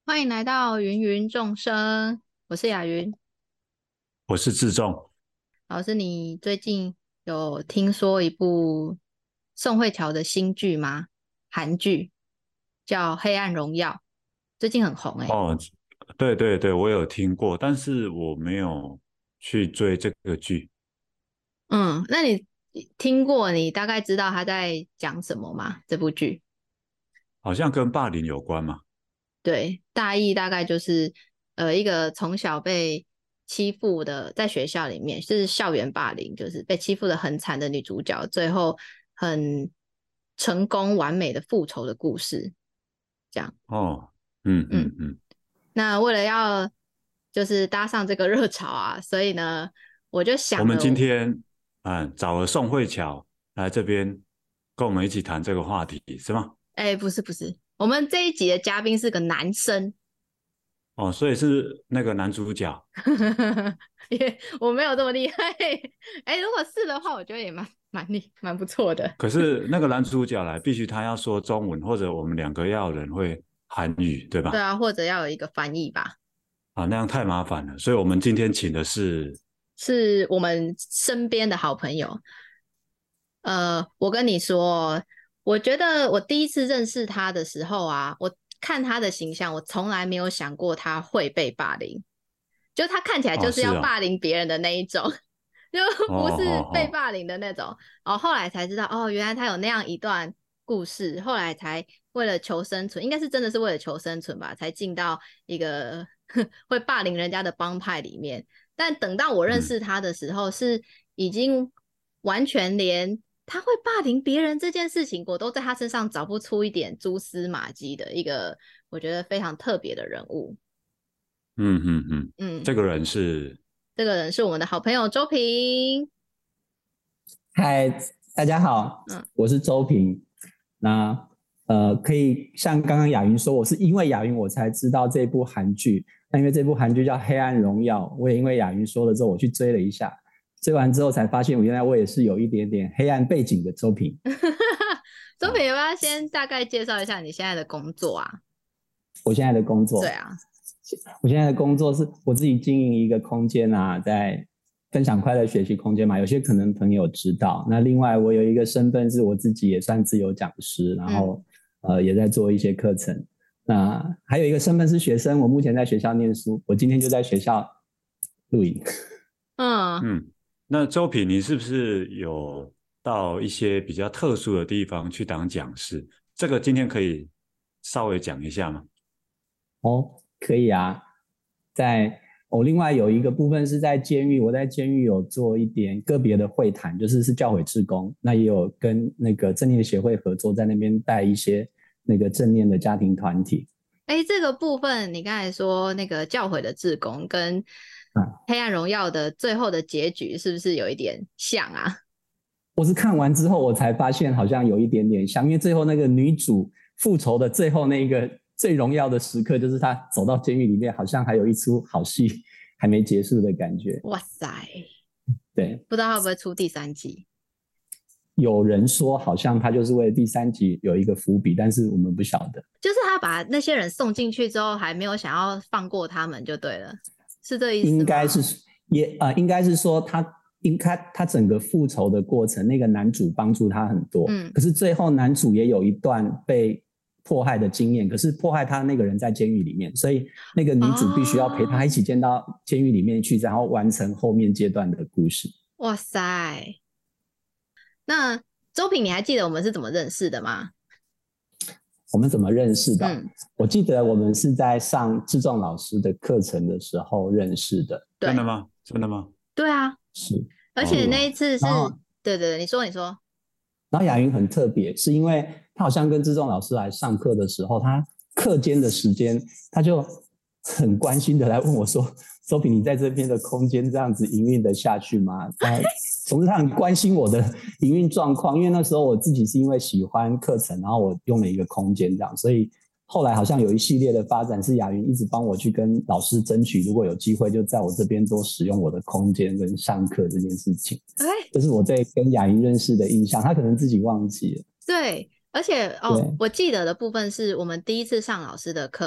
欢迎来到芸芸众生，我是雅云。 我是志仲。 老师，你最近有听说一部宋慧乔的新剧吗？韩剧叫《黑暗荣耀》，最近很红欸。 哦，对对对，我有听过，但是我没有去追这个剧。 那你听过，你大概知道他在讲什么吗？这部剧？ 好像跟霸凌有关嘛。 对，大意大概就是一个从小被欺负的，在学校里面是校园霸凌，就是被欺负的很惨的女主角，最后很成功完美的复仇的故事。这样。 哦，嗯嗯， 嗯嗯。 那为了要就是搭上这个热潮啊，所以呢，我就我们想了。 今天找了宋慧乔来这边跟我们一起谈这个话题，是吗？ 不是不是，我们这一集的嘉宾是个男生。 哦，所以是那个男主角。 也我没有这么厉害。如果是的话，我觉得也蛮不错的。 可是那个男主角来，必须他要说中文，或者我们两个要有人会韩语，对吧？ 对啊，或者要有一个翻译吧。 啊，那样太麻烦了，所以我们今天请的是。 是我们身边的好朋友。我跟你说，我觉得我第一次认识他的时候啊，我看他的形象，我从来没有想过他会被霸凌，就他看起来哦， 就是要是哦。 霸凌别人的那一种。就哦不是哦哦。 被霸凌的那种。后来才知道，原来他有那样一段故事，后来才为了求生存，应该是真的是为了求生存吧，才进到一个会霸凌人家的帮派里面。但等到我认嗯。 识他的时候，是已经完全连他会霸凌别人这件事情，我都在他身上找不出一点蛛丝马迹的一个，我觉得非常特别的人物。 嗯嗯嗯。 嗯， 这个人是。 这个人是我们的好朋友周平。 嗨，大家好， 嗯， 我是周平。那可以像刚刚雅云说，我是因为雅云我才知道这部韩剧。那因为这部韩剧叫《黑暗荣耀》，我也因为雅云说了之后，我去追了一下。追完之后才发现，原来我也是有一点点黑暗背景的周平。 周平，要不要先大概介绍一下你现在的工作啊？ 我现在的工作， 对啊。 我现在的工作是我自己经营一个空间啊，在分享快乐学习空间嘛，有些可能朋友知道。那另外我有一个身份是我自己也算自由讲师，然后也在做一些课程。那还有一个身份是学生，我目前在学校念书，我今天就在学校录影。 嗯。那周品，你是不是有到一些比较特殊的地方去当讲师？这个今天可以稍微讲一下吗？ 哦，可以啊。另外有一个部分是在监狱，我在监狱有做一点个别的会谈，是教会志工，那也有跟那个正念协会合作，在那边带一些那个正念的家庭团体。 这个部分你刚才说那个教会的志工跟黑暗荣耀的最后的结局是不是有一点像啊？ 我是看完之后我才发现好像有一点点像，因为最后那个女主复仇的最后那个最荣耀的时刻，就是她走到监狱里面，好像还有一出好戏还没结束的感觉。 哇塞， 对， 不知道会不会出第三季？ 有人说好像他就是为了第三集有一个伏笔，但是我们不晓得。 就是他把那些人送进去之后，还没有想要放过他们就对了，是这意思吗？ 应该是说他整个复仇的过程，那个男主帮助他很多，可是最后男主也有一段被迫害的经验，可是迫害他那个人在监狱里面，所以那个女主必须要陪他一起进到监狱里面去，然后完成后面阶段的故事。 哇塞，那周平，你还记得我们是怎么认识的吗？ 我们怎么认识的？我记得我们是在上志仲老师的课程的时候认识的。 真的吗？真的吗？ 对啊， 是。 而且那一次是，对，你说。 然后雅云很特别，是因为他好像跟志仲老师来上课的时候，他课间的时间，他就很关心的来问我说：“周平，你在这边的空间这样子营运的下去吗？”总之他很关心我的营运状况，因为那时候我自己是因为喜欢课程，然后我用了一个空间这样，所以后来好像有一系列的发展是雅云一直帮我去跟老师争取，如果有机会就在我这边多使用我的空间跟上课这件事情。这是我对跟雅云认识的印象，他可能自己忘记了。 对，而且我记得的部分是我们第一次上老师的课，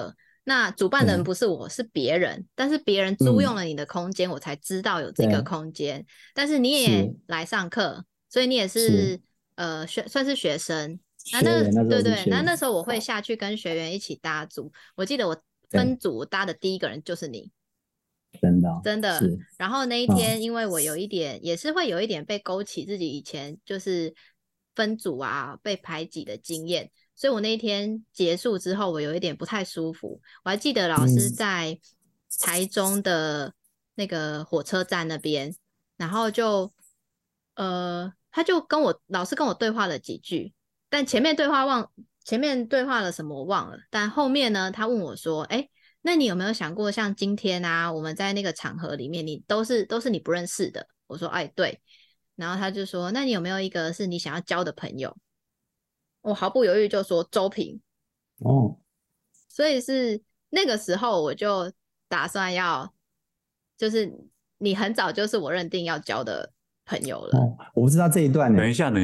那主办人不是我，是别人，但是别人租用了你的空间，我才知道有这个空间。但是你也来上课，所以你也是算是学生。对，那时候我会下去跟学员一起搭组。我记得我分组搭的第一个人就是你。真的，然后那一天，因为我有一点，也是会有一点被勾起自己以前就是分组啊被排挤的经验，所以我那一天结束之后，我有一点不太舒服。我还记得老师在台中的那个火车站那边，然后就他就老师跟我对话了几句，但前面对话了什么我忘了，但后面呢，他问我说，那你有没有想过，像今天啊，我们在那个场合里面，你都是你不认识的？我说，对。然后他就说，那你有没有一个是你想要交的朋友？我毫不犹豫就说周平。所以是那个时候我就打算要，就是你很早就是我认定要交的朋友了。 我不知道这一段呢。 等一下，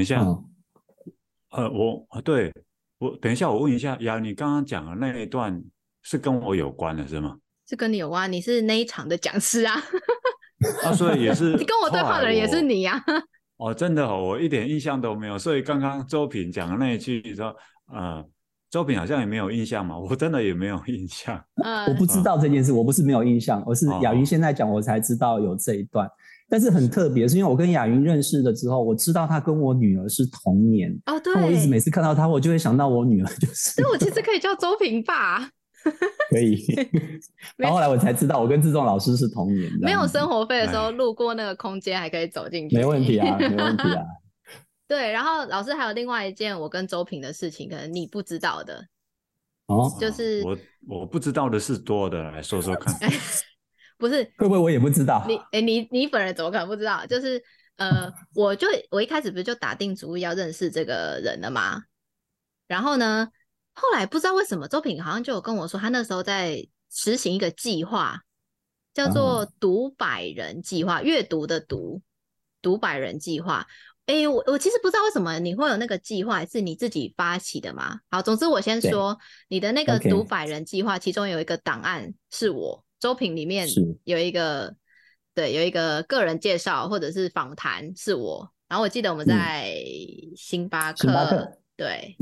等一下，我问一下呀，你刚刚讲的那一段是跟我有关的是吗？ 是跟你有关，你是那一场的讲师啊。 所以也是你跟我对话的人也是你啊。 真的我一点印象都没有。所以刚刚周平讲的那一句说，周平好像也没有印象嘛，我真的也没有印象。 我不知道这件事，我不是没有印象，而是雅云现在讲我才知道有这一段。但是很特别，是因为我跟雅云认识了之后，我知道她跟我女儿是同年。 对。 我一直每次看到她，我就会想到我女儿就是。 对，我其实可以叫周平吧。 可以。然后后来我才知道，我跟志仲老师是同年。 没有生活费的时候，路过那个空间还可以走进去。 没问题啊，没问题啊。 对，然后老师还有另外一件我跟周平的事情，可能你不知道的。就是我不知道的事多的，来说说看。 不是， 会不会我也不知道？ 你本人怎么可能不知道？就是我一开始不是就打定主意要认识这个人了吗？然后呢，后来不知道为什么周平好像就有跟我说，他那时候在实行一个计划，叫做读百人计划，阅读的读百人计划。我其实不知道为什么你会有那个计划，是你自己发起的吗？好，总之我先说，你的那个读百人计划，其中有一个档案是我周平里面有一个个人介绍或者是访谈是我，然后我记得我们在星巴克，对，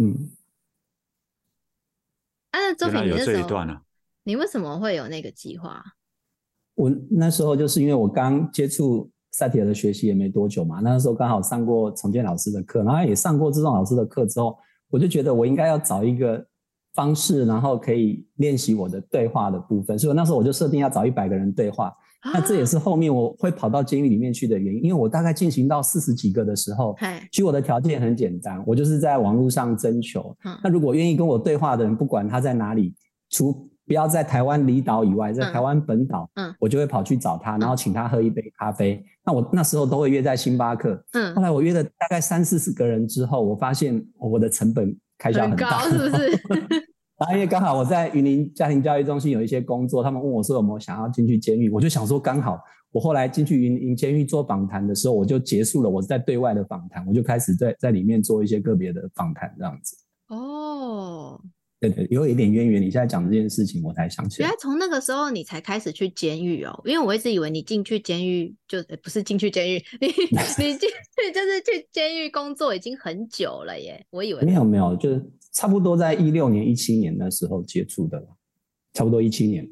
那周平你那时候你为什么会有那个计划？ 我那时候就是因为我刚接触赛提尔的学习也没多久嘛，那时候刚好上过重建老师的课，然后也上过志仲老师的课之后，我就觉得我应该要找一个方式，然后可以练习我的对话的部分，所以那时候我就设定要找100个人对话。那这也是后面我会跑到监狱里面去的原因，因为我大概进行到40几个的时候，其实我的条件很简单，我就是在网络上征求，那如果愿意跟我对话的人，不管他在哪里，不要在台湾离岛以外，在台湾本岛，我就会跑去找他，然后请他喝一杯咖啡。那我那时候都会约在星巴克。后来我约了大概30-40个人之后，我发现我的成本开销很大， 很高，是不是？ 然后因为刚好我在云林家庭教育中心有一些工作，他们问我说有没有想要进去监狱，我就想说刚好我后来进去云林监狱做访谈的时候，我就结束了我在对外的访谈，我就开始在里面做一些个别的访谈这样子。对，有一点渊源，你现在讲这件事情我才想起来。 原来从那个时候你才开始去监狱哦，因为我一直以为你进去监狱不是进去监狱，你进去就是去监狱工作已经很久了耶，我以为。 没有，就是差不多在16年、17年的时候接触的，差不多17年。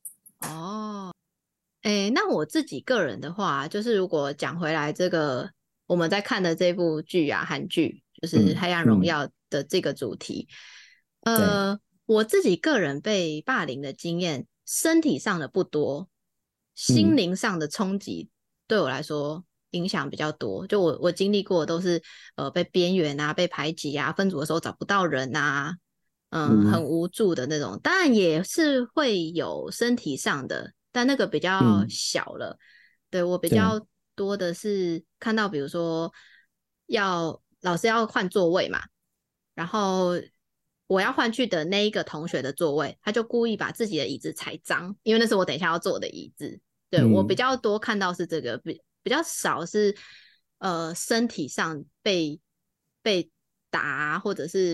那我自己个人的话，就是如果讲回来这个我们在看的这部剧啊，韩剧就是《黑暗荣耀》的这个主题。我自己个人被霸凌的经验，身体上的不多，心灵上的冲击对我来说影响比较多。就我经历过的都是被边缘啊，被排挤啊，分组的时候找不到人啊，很无助的那种。当然也是会有身体上的，但那个比较小了。对，我比较多的是看到，比如说老师要换座位嘛，然后我要换去的那一个同学的座位，他就故意把自己的椅子踩脏，因为那是我等一下要坐的椅子。对，我比较多看到是这个，比较少是身体上被打或者是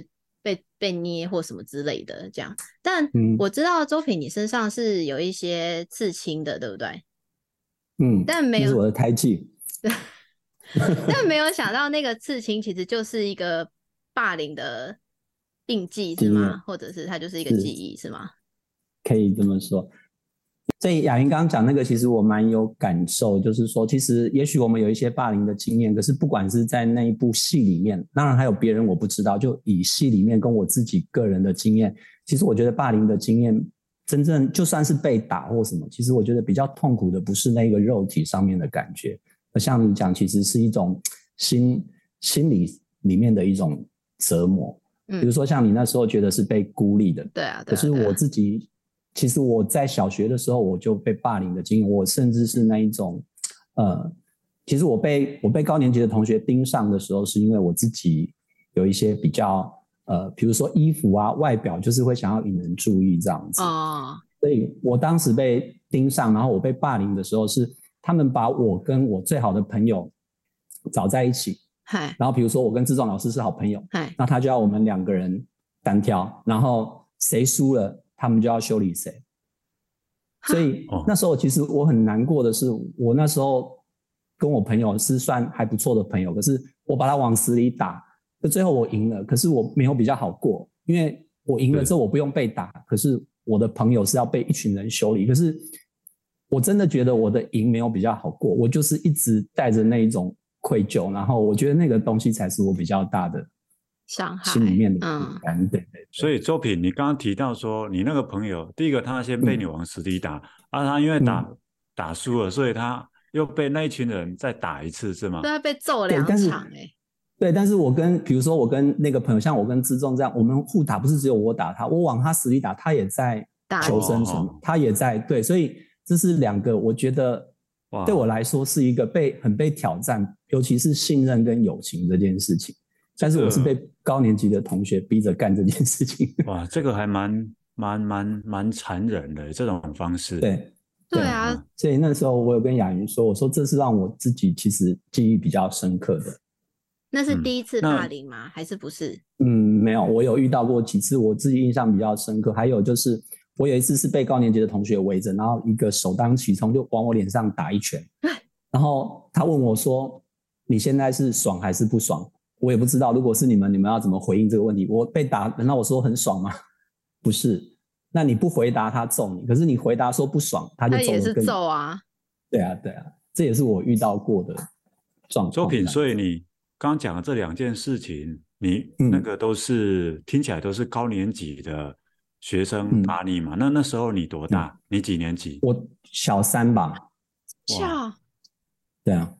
被捏或什么之类的这样。但我知道周平你身上是有一些刺青的，对不对？但没有， 那是我的胎记。 但没有想到那个刺青其实就是一个霸凌的印记是吗？或者是它就是一个记忆是吗？ 可以这么说。所以雅云刚刚讲那个，其实我蛮有感受，就是说，其实也许我们有一些霸凌的经验，可是不管是在那一部戏里面，当然还有别人我不知道，就以戏里面跟我自己个人的经验，其实我觉得霸凌的经验，真正就算是被打或什么，其实我觉得比较痛苦的不是那个肉体上面的感觉，而像你讲，其实是一种心理里面的一种折磨。比如说像你那时候觉得是被孤立的， 对啊， 可是我自己。其实我在小学的时候我就被霸凌的经验，我甚至是那一种，其实我被高年级的同学盯上的时候，是因为我自己有一些比较比如说衣服啊、外表，就是会想要引人注意这样子。所以我当时被盯上，然后我被霸凌的时候，是他们把我跟我最好的朋友找在一起，然后比如说我跟志壮老师是好朋友，那他就要我们2个人单挑，然后谁输了。他们就要修理谁，所以那时候其实我很难过的是，我那时候跟我朋友是算还不错的朋友，可是我把他往死里打，最后我赢了，可是我没有比较好过，因为我赢了之后我不用被打，可是我的朋友是要被一群人修理，可是我真的觉得我的赢没有比较好过，我就是一直带着那一种愧疚，然后我觉得那个东西才是我比较大的伤害， 心里面的感对。 所以周平，你刚刚提到说，你那个朋友，第一个他先被你往死里打，他因为打输了，所以他又被那一群人再打一次，是吗？ 对，他被揍2场对，但是比如说我跟那个朋友，像我跟志仲这样，我们互打，不是只有我打他，我往他死里打，他也在求生存，他也在对，所以这是2个，我觉得对我来说是一个很被挑战，尤其是信任跟友情这件事情。但是我是被高年级的同学逼着干这件事情。 哇，这个还蛮残忍的这种方式。 对啊， 所以那时候我有跟雅云说，我说这是让我自己其实记忆比较深刻的。 那是第一次霸凌吗？还是不是？ 没有，我有遇到过几次，我自己印象比较深刻。还有就是我有一次是被高年级的同学围着，然后一个首当其冲就往我脸上打一拳，然后他问我说：“你现在是爽还是不爽？”我也不知道，如果是你们要怎么回应这个问题？我被打，难道我说很爽吗？不是，那你不回答他揍你，可是你回答说不爽，他就揍也是揍啊。 对啊，这也是我遇到过的状况。 周平，所以你刚刚讲的这2件事情，你那个都是听起来都是高年级的学生打你嘛？那时候你多大？你几年级？ 我小3吧。 哇， 对啊。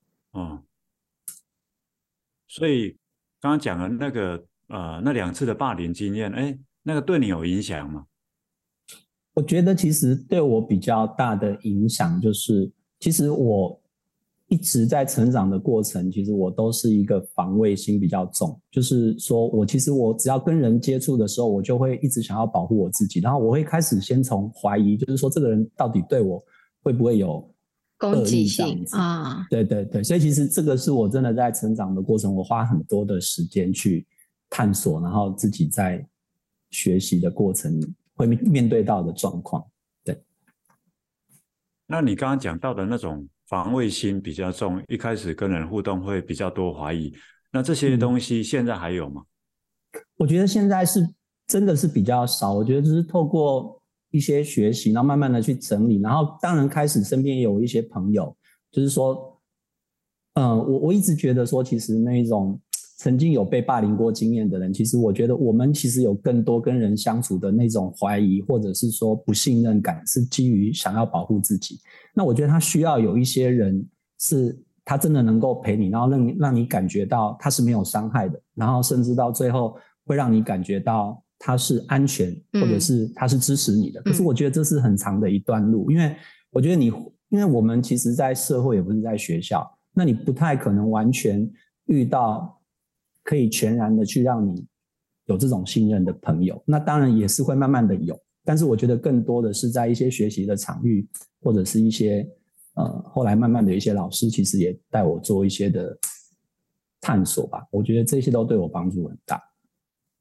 所以刚刚讲的那个那2次的霸凌经验，那个对你有影响吗？ 我觉得其实对我比较大的影响就是，其实我一直在成长的过程，其实我都是一个防卫心比较重，就是说我其实只要跟人接触的时候，我就会一直想要保护我自己，然后我会开始先从怀疑，就是说这个人到底对我会不会有攻击性啊？ 对，所以其实这个是我真的在成长的过程，我花很多的时间去探索，然后自己在学习的过程会面对到的状况。对。 那你刚刚讲到的那种防卫心比较重，一开始跟人互动会比较多怀疑，那这些东西现在还有吗？ 我觉得现在是真的是比较少，我觉得就是透过一些学习，然后慢慢的去整理，然后当然开始身边也有一些朋友，就是说，我一直觉得说，其实那一种曾经有被霸凌过经验的人，其实我觉得我们其实有更多跟人相处的那种怀疑，或者是说不信任感，是基于想要保护自己。那我觉得他需要有一些人，是他真的能够陪你，然后让你感觉到他是没有伤害的，然后甚至到最后会让你感觉到他是安全，或者是他是支持你的。可是我觉得这是很长的一段路，因为我觉得因为我们其实在社会也不是在学校，那你不太可能完全遇到可以全然的去让你有这种信任的朋友，那当然也是会慢慢的有，但是我觉得更多的是在一些学习的场域，或者是一些后来慢慢的一些老师其实也带我做一些的探索吧，我觉得这些都对我帮助很大。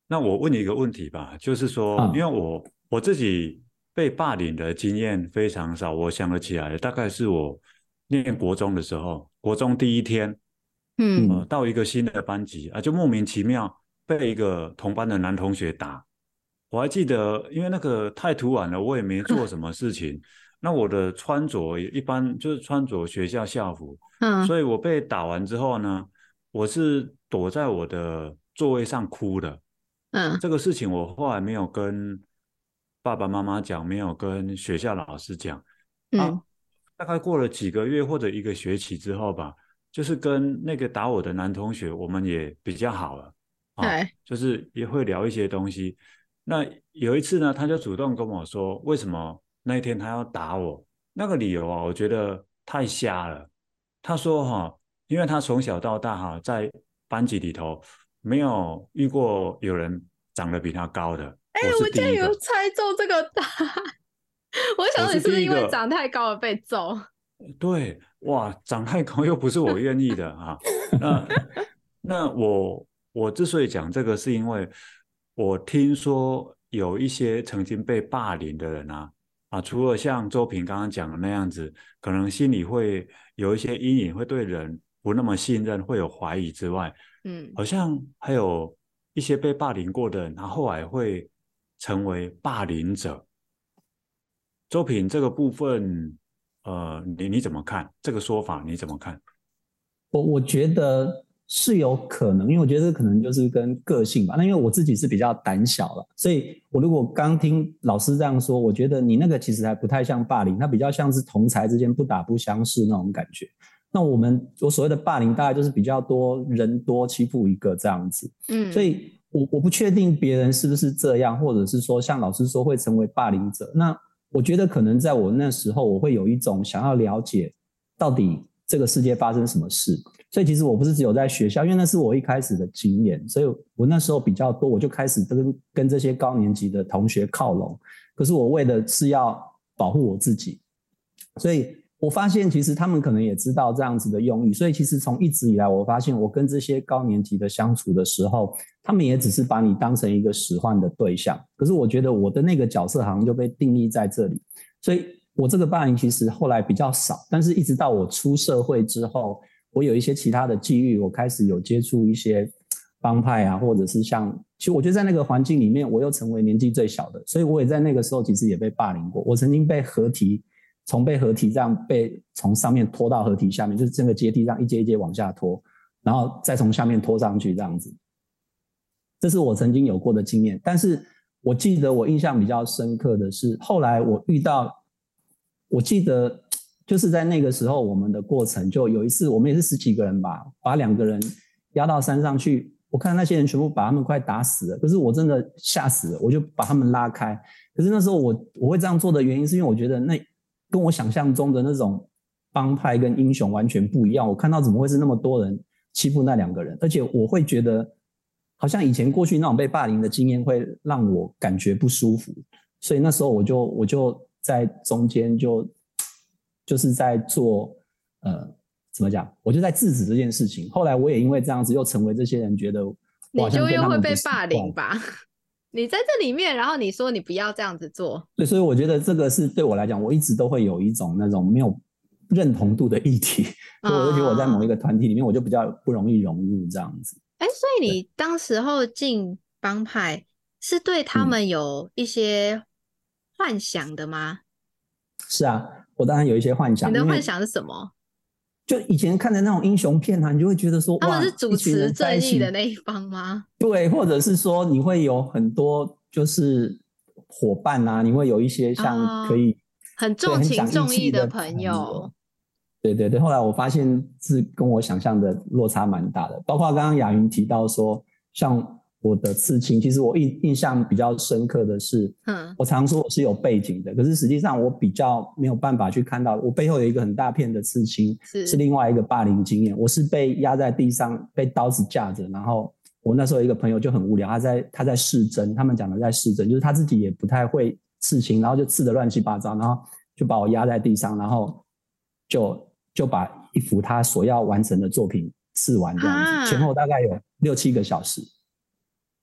那我问你一个问题吧，就是说，因为我自己被霸凌的经验非常少，我想得起来，大概是我念国中的时候，国中第一天，到一个新的班级啊，就莫名其妙被一个同班的男同学打。我还记得，因为那个太突然了，我也没做什么事情。那我的穿着也一般，就是穿着学校校服，所以我被打完之后呢，我是躲在我的座位上哭的。这个事情我后来没有跟爸爸妈妈讲，没有跟学校老师讲。大概过了几个月或者一个学期之后吧，就是跟那个打我的男同学，我们也比较好了就是也会聊一些东西。那有一次呢，他就主动跟我说，为什么那一天他要打我？那个理由啊，我觉得太瞎了。他说因为他从小到大在班级里头没有遇过有人长得比他高的，我是第一个。 我竟然有猜中这个答案，我想说你是不是因为长太高了被揍？ 对，哇，长太高又不是我愿意的啊。那我之所以讲这个，是因为我听说有一些曾经被霸凌的人除了像周平刚刚讲的那样子，可能心里会有一些阴影，会对人不那么信任，会有怀疑之外，好像还有一些被霸凌过的人，他后来会成为霸凌者。周平这个部分，你怎么看这个说法？你怎么看？ 我觉得是有可能，因为我觉得这可能就是跟个性吧。那因为我自己是比较胆小了，所以我如果刚听老师这样说，我觉得你那个其实还不太像霸凌，它比较像是同儕之间不打不相识那种感觉。那我所谓的霸凌大概就是比较多人多欺负一个这样子，所以我不确定别人是不是这样，或者是说像老师说会成为霸凌者。那我觉得可能在我那时候，我会有一种想要了解到底这个世界发生什么事。所以其实我不是只有在学校，因为那是我一开始的经验，所以我那时候比较多，我就开始跟这些高年级的同学靠拢。可是我为的是要保护我自己，所以我发现其实他们可能也知道这样子的用意。所以其实从一直以来，我发现我跟这些高年级的相处的时候，他们也只是把你当成一个使唤的对象。可是我觉得我的那个角色好像就被定义在这里，所以我这个霸凌其实后来比较少，但是一直到我出社会之后，我有一些其他的际遇，我开始有接触一些帮派或者是其实我觉得在那个环境里面，我又成为年纪最小的，所以我也在那个时候其实也被霸凌过。我曾经被从被合体这样被从上面拖到合体下面，就是整个阶梯上一阶一阶往下拖，然后再从下面拖上去这样子。这是我曾经有过的经验。但是我记得我印象比较深刻的是，后来我记得就是在那个时候，我们的过程就有一次，我们也是10几个人吧，把2个人押到山上去。我看那些人全部把他们快打死了，可是我真的吓死了，我就把他们拉开。可是那时候我会这样做的原因，是因为我觉得那跟我想象中的那种帮派跟英雄完全不一样。我看到怎么会是那么多人欺负那2个人，而且我会觉得好像以前过去那种被霸凌的经验会让我感觉不舒服，所以那时候我就在中间就是在做怎么讲，我就在制止这件事情。后来我也因为这样子又成为这些人觉得你就又会被霸凌吧。你在这里面，然后你说你不要这样子做， 对，所以我觉得这个是对我来讲，我一直都会有一种那种没有认同度的议题，所以我就觉得我在某一个团体里面，我就比较不容易融入这样子。 所以你当时候进帮派是对他们有一些幻想的吗？ 是啊，我当然有一些幻想。 你的幻想是什么？ 就以前看的那种英雄片你就会觉得说， 他们是主持正义的那一一方吗？ 对，或者是说你会有很多就是伙伴你会有一些像可以很重情重义的朋友。 对对对，后来我发现是跟我想象的落差蛮大的。包括刚刚雅云提到说，像我的刺青，其实我印象比较深刻的是，我常说我是有背景的，可是实际上我比较没有办法去看到，我背后有一个很大片的刺青，是另外一个霸凌经验。我是被压在地上，被刀子架着，然后我那时候有一个朋友就很无聊，他在试针，他们讲的在试针，就是他自己也不太会刺青，然后就刺得乱七八糟，然后就把我压在地上，然后就把一幅他所要完成的作品刺完这样子，前后大概有6-7个小时。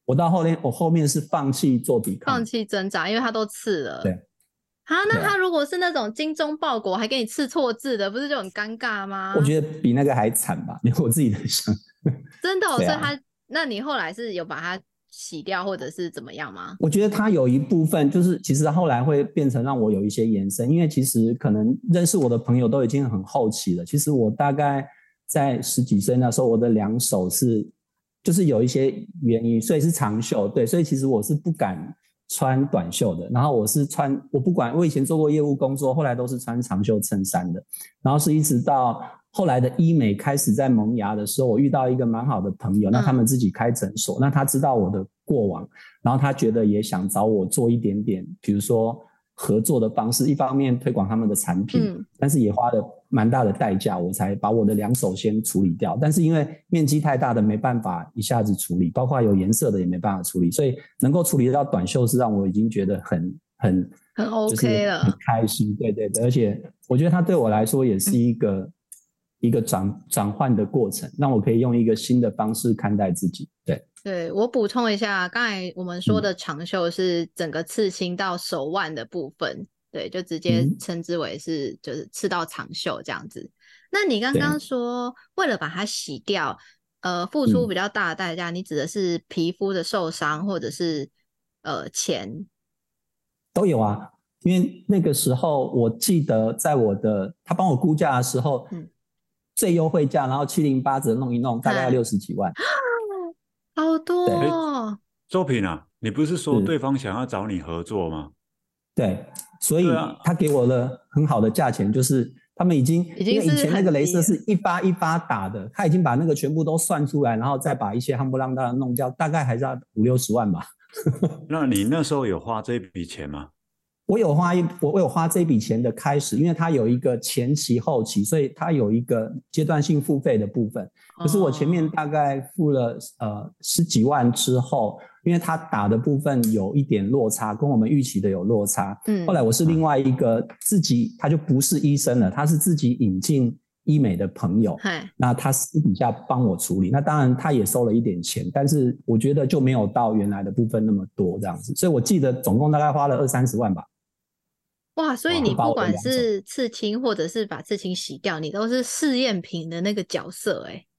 我后面是放弃做抵抗， 放弃挣扎，因为他都刺了。 对。 那他如果是那种精忠报国还给你刺错字的，不是就很尴尬吗？ 我觉得比那个还惨吧，我自己在想。 真的所以那你后来是有把它洗掉或者是怎么样吗？ 我觉得它有一部分就是其实后来会变成让我有一些延伸，因为其实可能认识我的朋友都已经很后期了。其实我大概在10几岁那时候，我的2手就是有一些原因，所以是长袖。对，所以其实我是不敢穿短袖的，然后我不管，我以前做过业务工作，后来都是穿长袖衬衫的，然后是一直到后来的医美开始在萌芽的时候，我遇到一个蛮好的朋友，那他们自己开诊所，那他知道我的过往，然后他觉得也想找我做一点点，比如说合作的方式，一方面推广他们的产品，但是也花了蛮大的代价，我才把我的2手先处理掉。但是因为面积太大的没办法一下子处理，包括有颜色的也没办法处理，所以能够处理到短袖是让我已经觉得很 OK 了， 很开心。对对对，而且我觉得它对我来说也是一个转换的过程，让我可以用一个新的方式看待自己。 对，我补充一下，刚才我们说的长袖是整个刺青到手腕的部分，对，就直接称之为是就是刺到长袖这样子。那你刚刚说为了把它洗掉，付出比较大的代价，你指的是皮肤的受伤或者是钱？ 都有啊，因为那个时候我记得在他帮我估价的时候，最优惠价，然后708折弄一弄，大概要60几万。 好多哦。 周平啊，你不是说对方想要找你合作吗？ 对，所以他给我了很好的价钱，就是他们已经因为以前那个雷射是一发一发打的，他已经把那个全部都算出来，然后再把一些夯不啷当的弄掉，大概还是要50-60万吧。 那你那时候有花这笔钱吗？ 我有花这笔钱的开始，因为它有一个前期后期，所以它有一个阶段性付费的部分。可是我前面大概付了10几万之后，因为它打的部分有一点落差，跟我们预期的有落差。后来我是另外一个他就不是医生了，他是自己引进医美的朋友，那他私底下帮我处理。那当然他也收了一点钱，但是我觉得就没有到原来的部分那么多这样子，所以我记得总共大概花了20-30万吧。 哇，所以你不管是刺青或者是把刺青洗掉，你都是试验品的那个角色欸。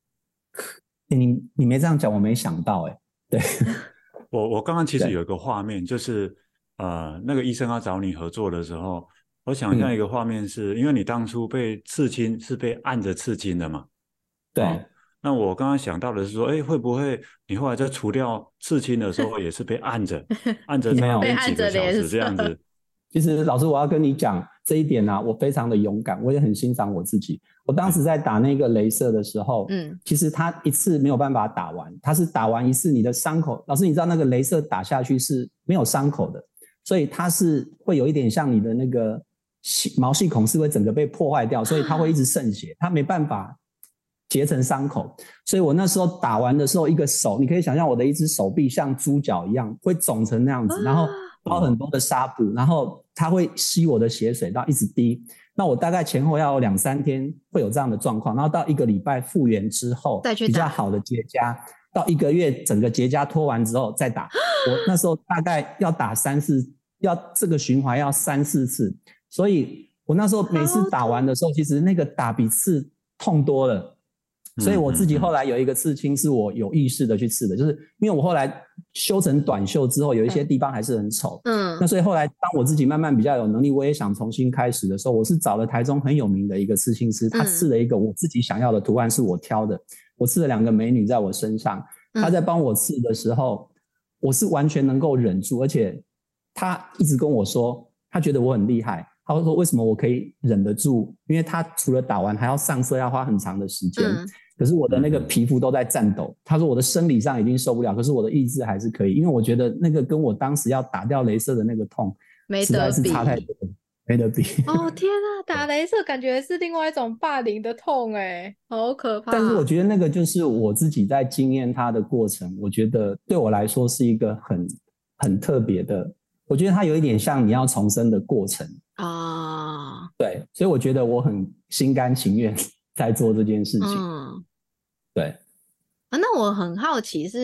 你没这样讲，我没想到欸。对， 我刚刚其实有一个画面，就是那个医生要找你合作的时候，我想象一个画面是，因为你当初被刺青是被按着刺青的嘛。 对。 那我刚刚想到的是说，会不会你后来在除掉刺青的时候也是被按着差不多几个小时这样子？ 其实老师，我要跟你讲这一点啊，我非常的勇敢，我也很欣赏我自己。我当时在打那个雷射的时候，其实他一次没有办法打完，他是打完一次你的伤口，老师你知道那个雷射打下去是没有伤口的，所以它是会有一点像你的那个毛细孔是会整个被破坏掉，所以它会一直渗血，它没办法结成伤口。所以我那时候打完的时候，一个手你可以想象我的一只手臂像猪脚一样会肿成那样子，然后包很多的纱布，然后它会吸我的血水到一直滴。那我大概前后要有2-3天会有这样的状况，然后到1个礼拜复原之后比较好的结痂，到1个月整个结痂脱完之后再打。我那时候大概要打要这个循环要3-4次，所以我那时候每次打完的时候，其实那个打比刺痛多了。所以我自己后来有一个刺青是我有意识的去刺的，就是因为我后来修成短袖之后，有一些地方还是很丑，那所以后来当我自己慢慢比较有能力，我也想重新开始的时候，我是找了台中很有名的一个刺青师，他刺了一个我自己想要的图案，是我挑的，我刺了2个美女在我身上，他在帮我刺的时候，我是完全能够忍住，而且他一直跟我说，他觉得我很厉害。他会说为什么我可以忍得住，因为他除了打完还要上色，要花很长的时间，可是我的那个皮肤都在颤抖。他说我的生理上已经受不了，可是我的意志还是可以，因为我觉得那个跟我当时要打掉雷射的那个痛实在是差太多，没得比。 哦天啊，打雷射感觉是另外一种霸凌的痛欸，好可怕。 但是我觉得那个就是我自己在经验它的过程，我觉得对我来说是一个很特别的，我觉得它有一点像你要重生的过程啊。对，所以我觉得我很心甘情愿在做这件事情。对。 那我很好奇是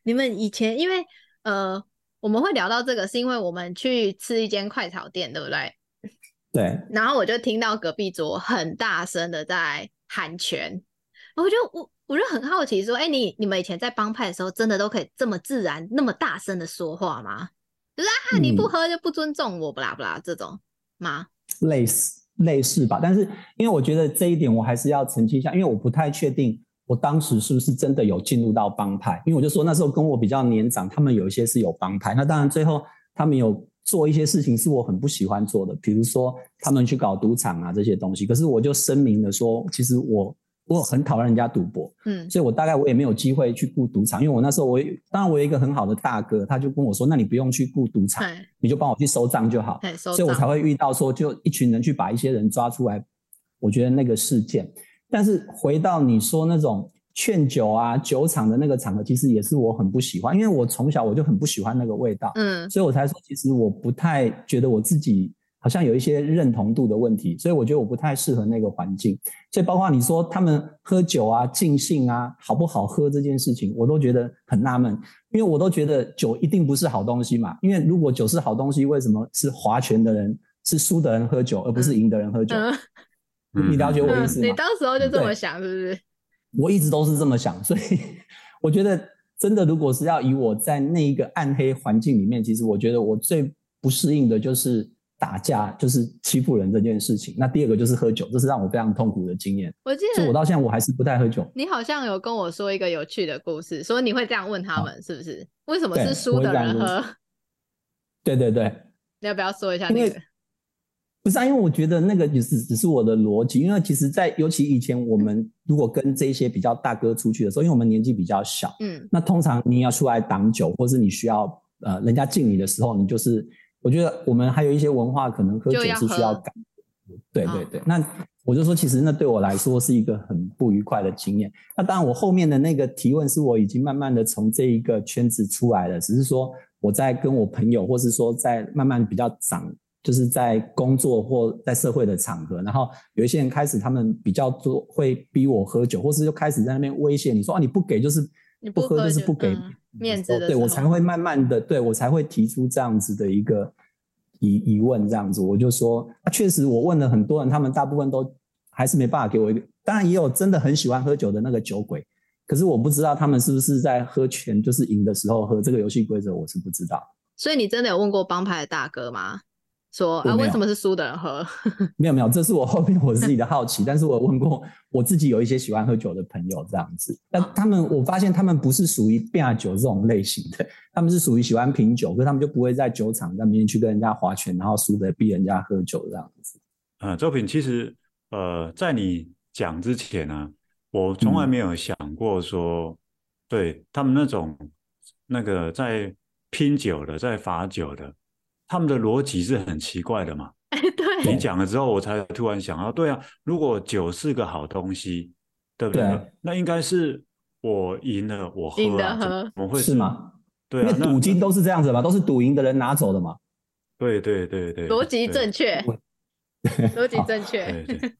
你们以前因为我们会聊到这个，是因为我们去吃一间快炒店，对不对？ 对。 然后我就听到隔壁桌很大声的在喊拳，我就很好奇说，你们以前在帮派的时候，真的都可以这么自然、那么大声的说话吗？就是你不喝就不尊重我，不啦不啦这种吗？ 类似吧，但是因为我觉得这一点我还是要澄清一下，因为我不太确定我当时是不是真的有进入到帮派，因为我就说那时候跟我比较年长，他们有一些是有帮派，那当然最后他们有做一些事情是我很不喜欢做的，比如说他们去搞赌场啊这些东西，可是我就声明了说，其实我很讨厌人家赌博，所以我大概我也没有机会去顾赌场，因为我那时候当然我有一个很好的大哥，他就跟我说，那你不用去顾赌场，你就帮我去收账就好，所以我才会遇到说就一群人去把一些人抓出来，我觉得那个事件。但是回到你说那种劝酒啊酒场的那个场合，其实也是我很不喜欢，因为我从小我就很不喜欢那个味道，所以我才说其实我不太觉得我自己好像有一些认同度的问题，所以我觉得我不太适合那个环境。所以包括你说他们喝酒啊尽兴啊好不好喝这件事情，我都觉得很纳闷，因为我都觉得酒一定不是好东西嘛，因为如果酒是好东西，为什么是划拳的人是输的人喝酒而不是赢的人喝酒？你了解我意思吗？ 你当时候就这么想是不是？ 我一直都是这么想，所以我觉得真的如果是要以我在那一个暗黑环境里面，其实我觉得我最不适应的就是打架，就是欺负人这件事情。那第二个就是喝酒，这是让我非常痛苦的经验。 我记得， 所以我到现在我还是不太喝酒。 你好像有跟我说一个有趣的故事，说你会这样问他们，是不是？为什么是输的人喝？ 对对对， 你要不要说一下那个？ 不是啊，因为我觉得那个只是我的逻辑，因为其实尤其以前我们如果跟这些比较大哥出去的时候，因为我们年纪比较小，那通常你要出来挡酒，或是你需要人家敬你的时候，你就是我觉得我们还有一些文化，可能喝酒是需要赶，对对对。那我就说，其实那对我来说是一个很不愉快的经验。那当然，我后面的那个提问是我已经慢慢的从这一个圈子出来了，只是说我在跟我朋友，或是说在慢慢比较长。就是在工作或在社会的场合，然后有一些人开始他们比较多会逼我喝酒，或是就开始在那边威胁你说你不给就是不喝就是不给面子的， 对我才会慢慢的对我才会提出这样子的一个疑问，这样子我就说确实我问了很多人，他们大部分都还是没办法给我一个，当然也有真的很喜欢喝酒的那个酒鬼，可是我不知道他们是不是在喝拳就是赢的时候喝，这个游戏规则我是不知道。 所以你真的有问过帮派的大哥吗？说为什么是输的人喝？ 没有，这是我后面我自己的好奇，但是我问过我自己有一些喜欢喝酒的朋友这样子，但我发现他们不是属于拼酒这种类型的，他们是属于喜欢品酒，可是他们就不会在酒场那边去跟人家划拳，然后输的逼人家喝酒这样子。 周平，其实在你讲之前啊，我从来没有想过说，对他们那个在拼酒的，在罚酒的。他们的逻辑是很奇怪的嘛？ 对， 你讲了之后，我才突然想到，对啊，如果酒是个好东西，对不对？ 对， 那应该是我赢了，我喝啊，怎么会是吗？ 对啊， 因为赌金都是这样子嘛，都是赌赢的人拿走的嘛。 对， 逻辑正确，逻辑正确。 对，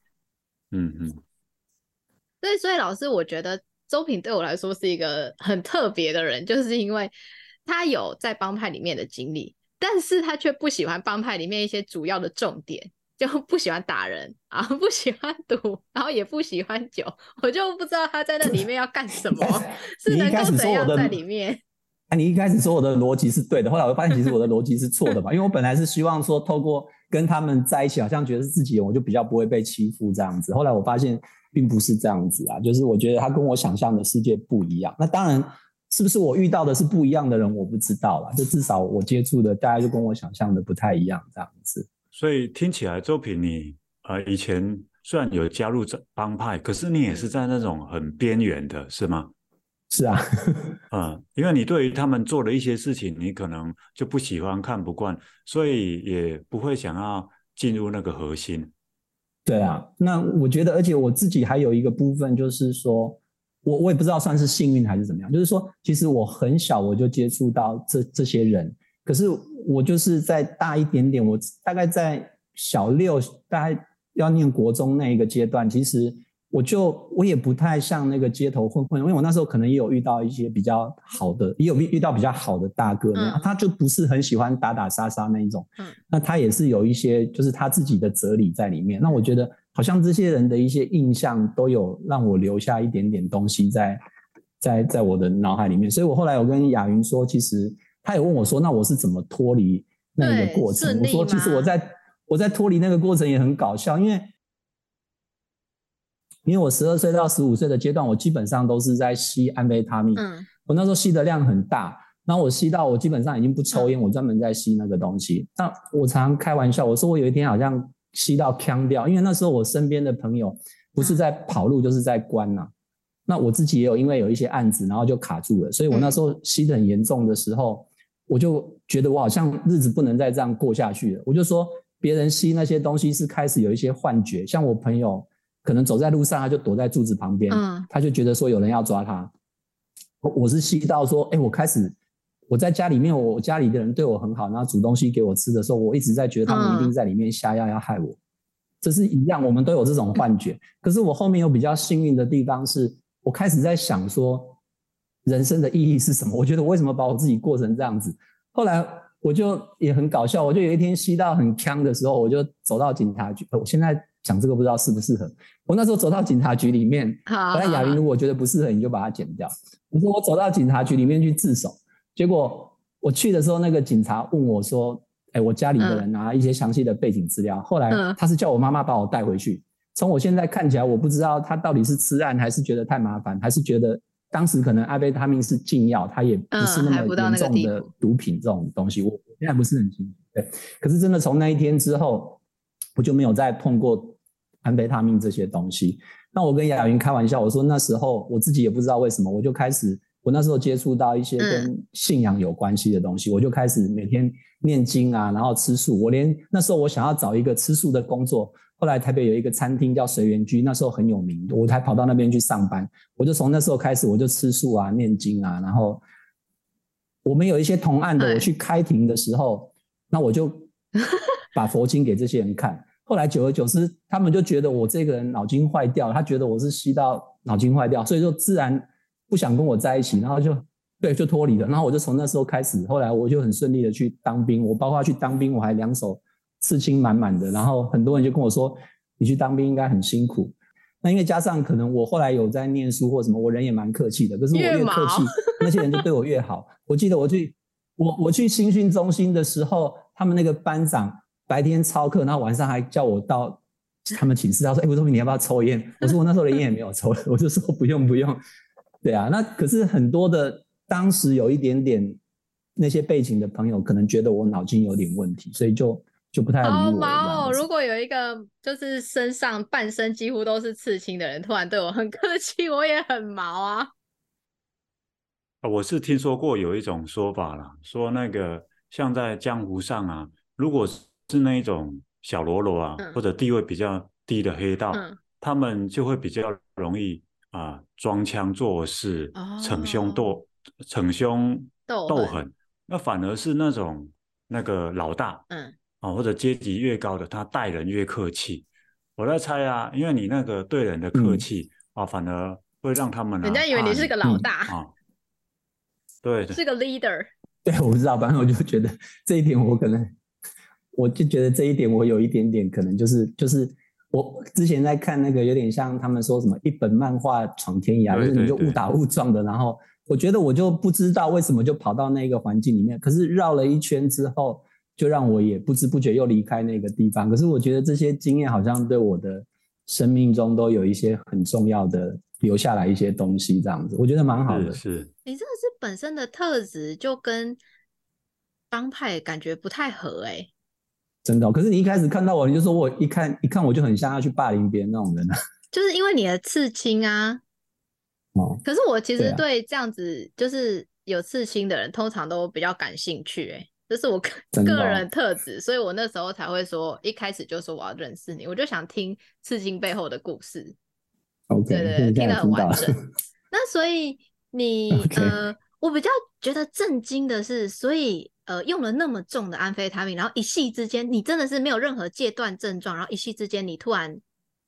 所以老师，我觉得周平对我来说是一个很特别的人，就是因为他有在帮派里面的经历。但是他却不喜欢帮派里面一些主要的重点，就不喜欢打人啊，不喜欢赌，然后也不喜欢酒，我就不知道他在那里面要干什么，是能够怎样在里面？ 你一开始说我的逻辑是对的，后来我发现其实我的逻辑是错的嘛，因为我本来是希望说透过跟他们在一起，好像觉得是自己人，我就比较不会被欺负这样子。后来我发现并不是这样子啊，就是我觉得他跟我想象的世界不一样。那当然。是不是我遇到的是不一样的人，我不知道啦，就至少我接触的大概就跟我想象的不太一样这样子。 所以听起来周平你以前虽然有加入帮派，可是你也是在那种很边缘的是吗？ 是啊。 因为你对于他们做的一些事情你可能就不喜欢看不惯，所以也不会想要进入那个核心。 对啊，那我觉得而且我自己还有一个部分就是说我也不知道算是幸运还是怎么样，就是说其实我很小我就接触到这些人，可是我就是在大一点点，我大概在小6大概要念国中那一个阶段，其实我也不太像那个街头混混，因为我那时候可能也有遇到一些比较好的，也有遇到比较好的大哥那样，他就不是很喜欢打打杀杀那一种，那他也是有一些就是他自己的哲理在里面。那我觉得好像这些人的一些印象都有让我留下一点点东西在我的脑海里面，所以我后来有跟雅云说，其实他也问我说，那我是怎么脱离那个过程？我说其实我在脱离那个过程也很搞笑，因为我12岁到15岁的阶段，我基本上都是在吸安非他命。我那时候吸的量很大，然后我吸到我基本上已经不抽烟，我专门在吸那个东西。那我常常开玩笑，我说我有一天好像吸到呛掉，因为那时候我身边的朋友不是在跑路就是在关啊。那我自己也有因为有一些案子，然后就卡住了，所以我那时候吸得很严重的时候，我就觉得我好像日子不能再这样过下去了。我就说别人吸那些东西是开始有一些幻觉，像我朋友可能走在路上他就躲在柱子旁边，他就觉得说有人要抓他。我是吸到说我在家里面，我家里的人对我很好，然后煮东西给我吃的时候，我一直在觉得他们一定在里面下药要害我。这是一样，我们都有这种幻觉。可是我后面有比较幸运的地方是，我开始在想说人生的意义是什么，我觉得我为什么把我自己过成这样子。后来我就也很搞笑，我就有一天吸到很呛的时候，我就走到警察局。我现在讲这个不知道适不适合，我那时候走到警察局里面，本来雅云如果觉得不适合你就把它剪掉。我说我走到警察局里面去自首，结果我去的时候那个警察问我说我家里的人拿一些详细的背景资料，后来他是叫我妈妈把我带回去。从我现在看起来，我不知道他到底是吃案还是觉得太麻烦，还是觉得当时可能安非他命是禁药，他也不是那么严重的毒品这种东西，我现在不是很清楚。对，可是真的从那一天之后，我就没有再碰过安非他命这些东西。那我跟雅云开玩笑，我说那时候我自己也不知道为什么，我那时候接触到一些跟信仰有关系的东西，我就开始每天念经啊，然后吃素。那时候我想要找一个吃素的工作，后来台北有一个餐厅叫随缘居，那时候很有名，我才跑到那边去上班。我就从那时候开始，我就吃素啊，念经啊，然后我们有一些同案的，我去开庭的时候，那我就把佛经给这些人看。后来久而久之，他们就觉得我这个人脑筋坏掉，他觉得我是吸到脑筋坏掉，所以就自然不想跟我在一起，然后就脱离了。然后我就从那时候开始，后来我就很顺利的去当兵。我包括去当兵，我还2手刺青满满的。然后很多人就跟我说，你去当兵应该很辛苦。那因为加上可能我后来有在念书或什么，我人也蛮客气的。可是我越客气，那些人就对我越好。我记得我去新训中心的时候，他们那个班长白天操课，然后晚上还叫我到他们寝室，他说吴宗明你要不要抽烟？我说我那时候连烟也没有抽，我就说不用。对啊，那可是很多的当时有一点点那些背景的朋友可能觉得我脑筋有点问题，所以就不太理我。好毛哦！如果有一个就是身上半身几乎都是刺青的人突然对我很客气，我也很毛啊。 我是听说过有一种说法啦，说那个像在江湖上啊，如果是那一种小喽啰啊，或者地位比较低的黑道，他们就会比较容易装腔作势，逞凶斗狠。那反而是那个老大，或者阶级越高的，他待人越客气。我在猜啊，因为你那个对人的客气反而会让他们人家以为你是个老大对， 是个 leader。 对，我不知道，反正我就觉得这一点我就觉得这一点我有一点点可能就是我之前在看那个有点像他们说什么一本漫画闯天涯，就是你就误打误撞的，然后我觉得我就不知道为什么就跑到那个环境里面，可是绕了一圈之后，就让我也不知不觉又离开那个地方。可是我觉得这些经验好像对我的生命中都有一些很重要的留下来一些东西，这样子我觉得蛮好的。 是你真的是本身的特质就跟帮派感觉不太合真的可是你一开始看到我，你就说我一看我就很像要去霸凌别人那种人就是因为你的刺青啊。可是我其实对这样子就是有刺青的人通常都比较感兴趣这是我个人特质，所以我那时候才会说一开始就说我要认识你，我就想听刺青背后的故事。 对， 听得很完整。那所以你我比较觉得震惊的是，所以用了那么重的安非他命，然后一夕之间你真的是没有任何戒断症状，然后一夕之间你突然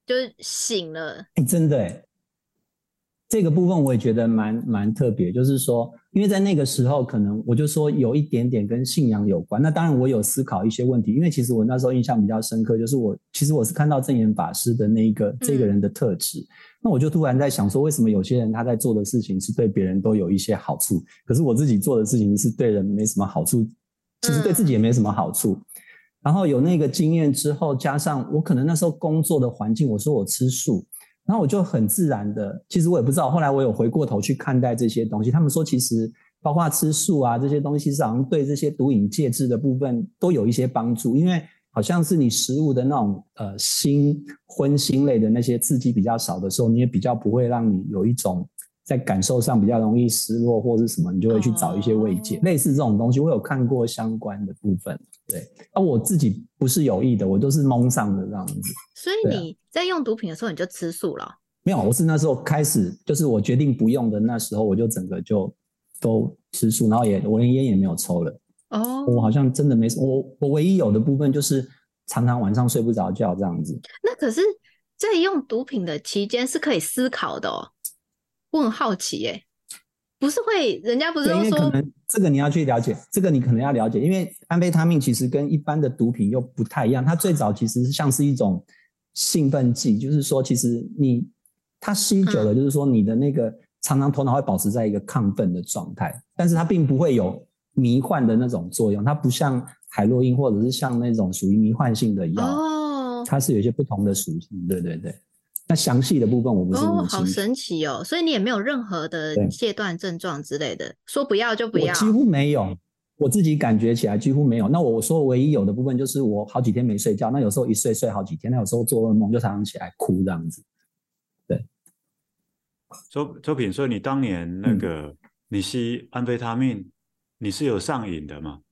就是醒了。 真的这个部分我也觉得蛮特别，就是说，因为在那个时候，可能我就说有一点点跟信仰有关。那当然，我有思考一些问题，因为其实我那时候印象比较深刻，就是其实我是看到证严法师的这个人的特质，那我就突然在想说，为什么有些人他在做的事情是对别人都有一些好处，可是我自己做的事情是对人没什么好处，其实对自己也没什么好处。然后有那个经验之后，加上我可能那时候工作的环境，我说我吃素。然后我就很自然的，其实我也不知道，后来我有回过头去看待这些东西，他们说其实包括吃素啊这些东西，好像对这些毒瘾戒治的部分都有一些帮助，因为好像是你食物的那种荤腥类的那些刺激比较少的时候，你也比较不会让你有一种在感受上比较容易失落或是什么，你就会去找一些慰藉，类似这种东西，我有看过相关的部分。对，我自己不是有意的，我都是蒙上的这样子。 所以你在用毒品的时候你就吃素了？ 没有，我是那时候开始，就是我决定不用的那时候，我就整个就都吃素，然后我连烟也没有抽了。我好像真的没什么，我唯一有的部分就是常常晚上睡不着觉这样子。 那可是在用毒品的期间是可以思考的哦，我很好奇耶。不是会，人家不是都说， 因为可能这个你要去了解，这个你可能要了解，因为安非他命其实跟一般的毒品又不太一样，它最早其实像是一种兴奋剂，就是说其实它吸久了，就是说你的那个常常头脑会保持在一个亢奋的状态，但是它并不会有迷幻的那种作用，它不像海洛因或者是像那种属于迷幻性的药，它是有一些不同的属性，对对对。那详细的部分我不是那么清楚。 好神奇哦！所以你也没有任何的戒断症状之类的，说不要就不要。 我几乎没有，我自己感觉起来几乎没有。那我说唯一有的部分就是我好几天没睡觉，那有时候一睡好几天，那有时候做噩梦就常常起来哭这样子。对。 周品，所以你当年那个你吸安非他命，你是有上瘾的吗？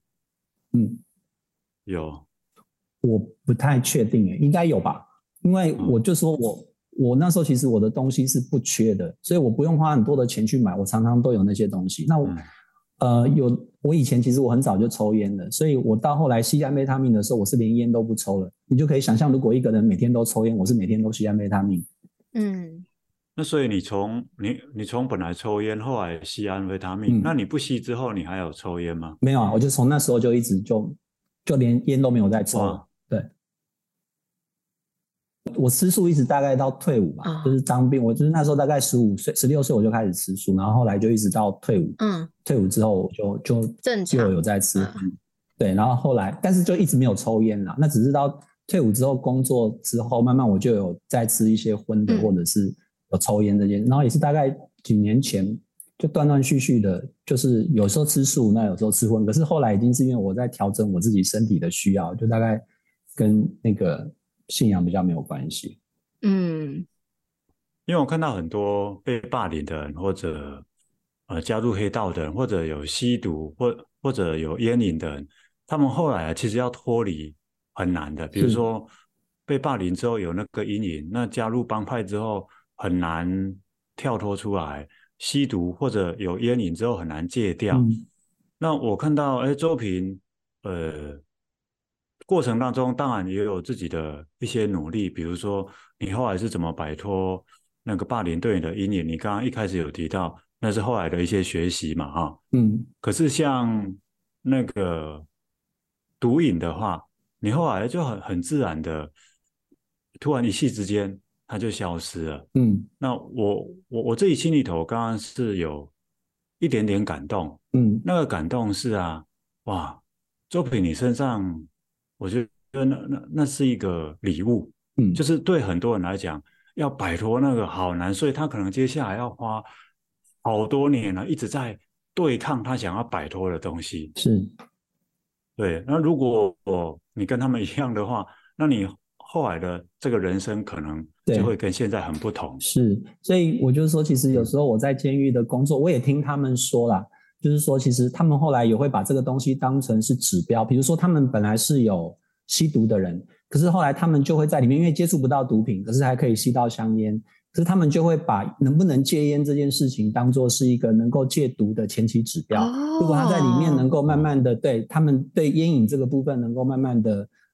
有。 我不太确定应该有吧，因为我就说我那时候其实我的东西是不缺的，所以我不用花很多的钱去买，我常常都有那些东西。那我以前其实我很早就抽烟了，所以我到后来吸安非他命的时候，我是连烟都不抽了。你就可以想象，如果一个人每天都抽烟，我是每天都吸安非他命。 那所以你从本来抽烟，后来吸安非他命，那你不吸之后，你还有抽烟吗？ 没有啊，我就从那时候就一直就连烟都没有再抽了。对。我吃素一直大概到退伍吧，就是当兵，我就是那时候大概15岁、16岁我就开始吃素，然后后来就一直到退伍。退伍之后我就有在吃。对，然后后来但是就一直没有抽烟啦，那只是到退伍之后工作之后，慢慢我就有在吃一些荤的，或者是有抽烟这些，然后也是大概几年前就断断续续的，就是有时候吃素，那有时候吃荤，可是后来已经是因为我在调整我自己身体的需要，就大概跟那个信仰比较没有关系。 因为我看到很多被霸凌的人，或者加入黑道的人，或者有吸毒或者有烟瘾的人，他们后来其实要脱离很难的。比如说被霸凌之后有那个阴影，那加入帮派之后很难跳脱出来，吸毒或者有烟瘾之后很难戒掉。那我看到周平过程当中当然也有自己的一些努力，比如说你后来是怎么摆脱那个霸凌对你的阴影，你刚刚一开始有提到那是后来的一些学习嘛哈。可是像那个毒瘾的话，你后来就很自然的突然一夕之间它就消失了。那我自己心里头刚刚是有一点点感动。那个感动是哇，周品你身上我觉得那是一个礼物。就是对很多人来讲要摆脱那个好难，所以他可能接下来要花好多年了，一直在对抗他想要摆脱的东西。对。那如果你跟他们一样的话，那你后来的这个人生可能就会跟现在很不同。 所以我就说，其实有时候我在监狱的工作，我也听他们说啦，就是说其实他们后来也会把这个东西当成是指标，比如说他们本来是有吸毒的人，可是后来他们就会在里面，因为接触不到毒品，可是还可以吸到香烟，可是他们就会把能不能戒烟这件事情当作是一个能够戒毒的前期指标。如果他在里面能够慢慢的对他们对烟瘾这个部分能够慢慢的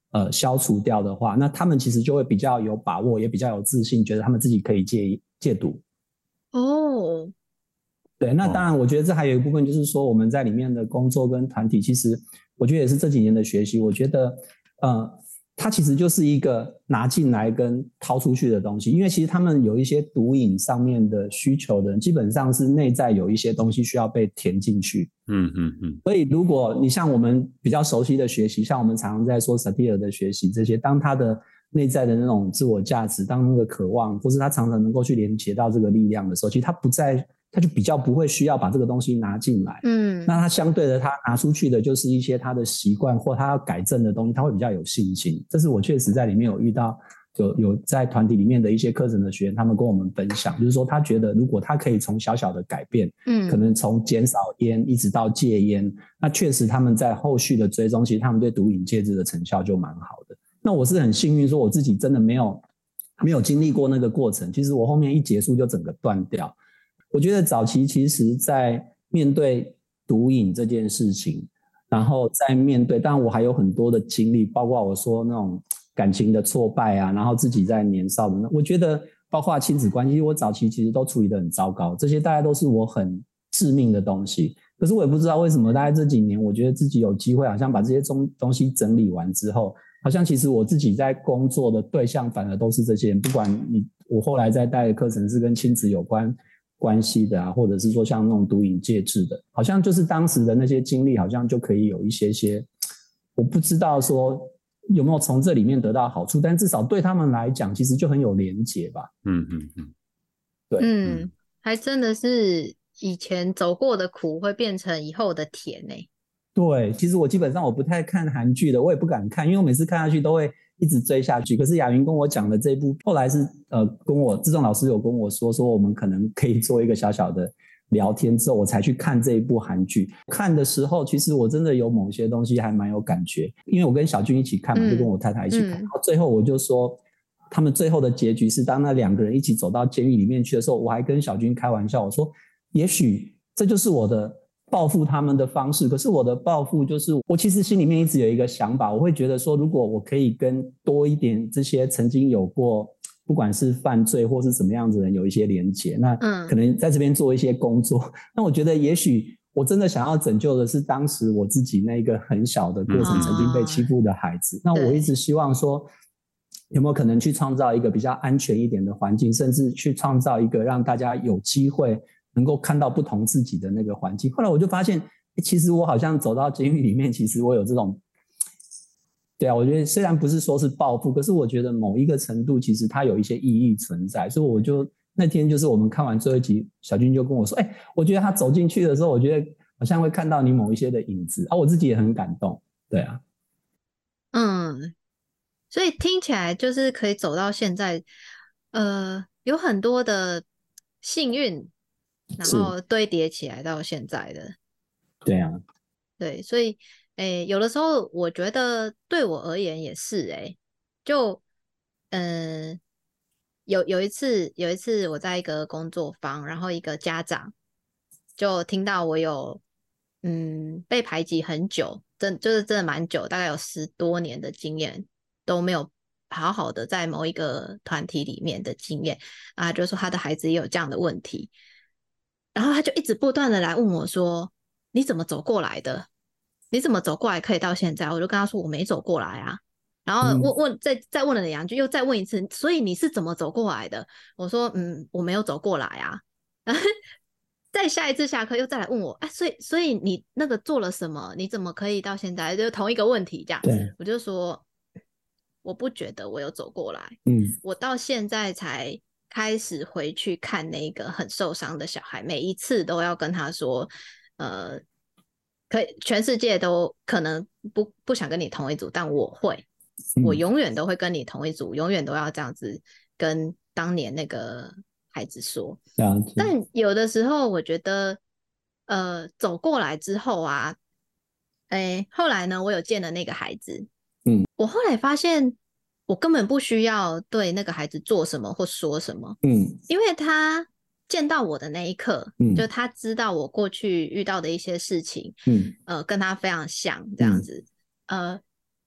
消除掉的话，那他们其实就会比较有把握，也比较有自信，觉得他们自己可以戒毒。 哦， 对，那当然，我觉得这还有一部分就是说，我们在里面的工作跟团体，其实我觉得也是这几年的学习。我觉得，它其实就是一个拿进来跟掏出去的东西。因为其实他们有一些毒瘾上面的需求的人，基本上是内在有一些东西需要被填进去。所以如果你像我们比较熟悉的学习，像我们常常在说萨提尔的学习这些，当他的内在的那种自我价值，当那个渴望，或是他常常能够去连接到这个力量的时候，其实他就比较不会需要把这个东西拿进来。那他相对的，他拿出去的就是一些他的习惯或他要改正的东西，他会比较有信心。这是我确实在里面有遇到有在团体里面的一些课程的学员，他们跟我们分享，就是说他觉得如果他可以从小小的改变，可能从减少烟一直到戒烟，那确实他们在后续的追踪，其实他们对毒瘾戒治的成效就蛮好的。那我是很幸运说我自己真的没有经历过那个过程，其实我后面一结束就整个断掉。我觉得早期其实在面对毒瘾这件事情，然后在面对，当然我还有很多的经历，包括我说那种感情的挫败啊，然后自己在年少的我觉得包括亲子关系，我早期其实都处理得很糟糕，这些大概都是我很致命的东西。可是我也不知道为什么大概这几年我觉得自己有机会好像把这些东西整理完之后，好像其实我自己在工作的对象反而都是这些人，不管我后来在带的课程是跟亲子有关系的啊，或者是说像那种毒瘾戒治的，好像就是当时的那些经历好像就可以有一些我不知道说有没有从这里面得到好处，但至少对他们来讲其实就很有连结吧。 对，还真的是以前走过的苦会变成以后的甜欸。 对，其实我基本上我不太看韩剧的，我也不敢看，因为我每次看下去都会一直追下去。可是雅云跟我讲的这一部，后来是跟我志仲老师有跟我说我们可能可以做一个小小的聊天之后，我才去看这一部韩剧。看的时候，其实我真的有某些东西还蛮有感觉，因为我跟小军一起看嘛，就跟我太太一起看。然后最后我就说，他们最后的结局是当那两个人一起走到监狱里面去的时候，我还跟小军开玩笑，我说也许这就是我的报复他们的方式。可是我的报复就是我其实心里面一直有一个想法，我会觉得说如果我可以跟多一点这些曾经有过不管是犯罪或是什么样子的人有一些连结，那可能在这边做一些工作，那我觉得也许我真的想要拯救的是当时我自己那个很小的过程曾经被欺负的孩子。那我一直希望说有没有可能去创造一个比较安全一点的环境，甚至去创造一个让大家有机会能够看到不同自己的那个环境。后来我就发现其实我好像走到监狱里面，其实我有这种对啊，我觉得虽然不是说是报复，可是我觉得某一个程度其实它有一些意义存在。所以我就那天就是我们看完最后一集，小军就跟我说我觉得他走进去的时候，我觉得好像会看到你某一些的影子我自己也很感动。对啊， 所以听起来就是可以走到现在，有很多的幸运，然后堆叠起来到现在的。 对啊， 对，所以有的时候我觉得对我而言也是就有一次我在一个工作坊，然后一个家长就听到我有被排挤很久，就是真的蛮久，大概有10多年的经验都没有好好的在某一个团体里面的经验啊，就是说他的孩子也有这样的问题，然后他就一直不断的来问我说你怎么走过来的？你怎么走过来可以到现在？我就跟他说我没走过来啊。然后再问了2句，又再问一次，所以你是怎么走过来的？我说我没有走过来啊。再下一次下课又再来问我，所以你那个做了什么？你怎么可以到现在？就同一个问题这样。我就说我不觉得我有走过来。我到现在才开始回去看那个很受伤的小孩，每一次都要跟他说，可以全世界都可能不想跟你同一组，但我会，我永远都会跟你同一组，永远都要这样子跟当年那个孩子说。但有的时候我觉得走过来之后啊，后来呢我有见了那个孩子，我后来发现我根本不需要对那个孩子做什么或说什么，因为他见到我的那一刻，就他知道我过去遇到的一些事情，跟他非常像这样子，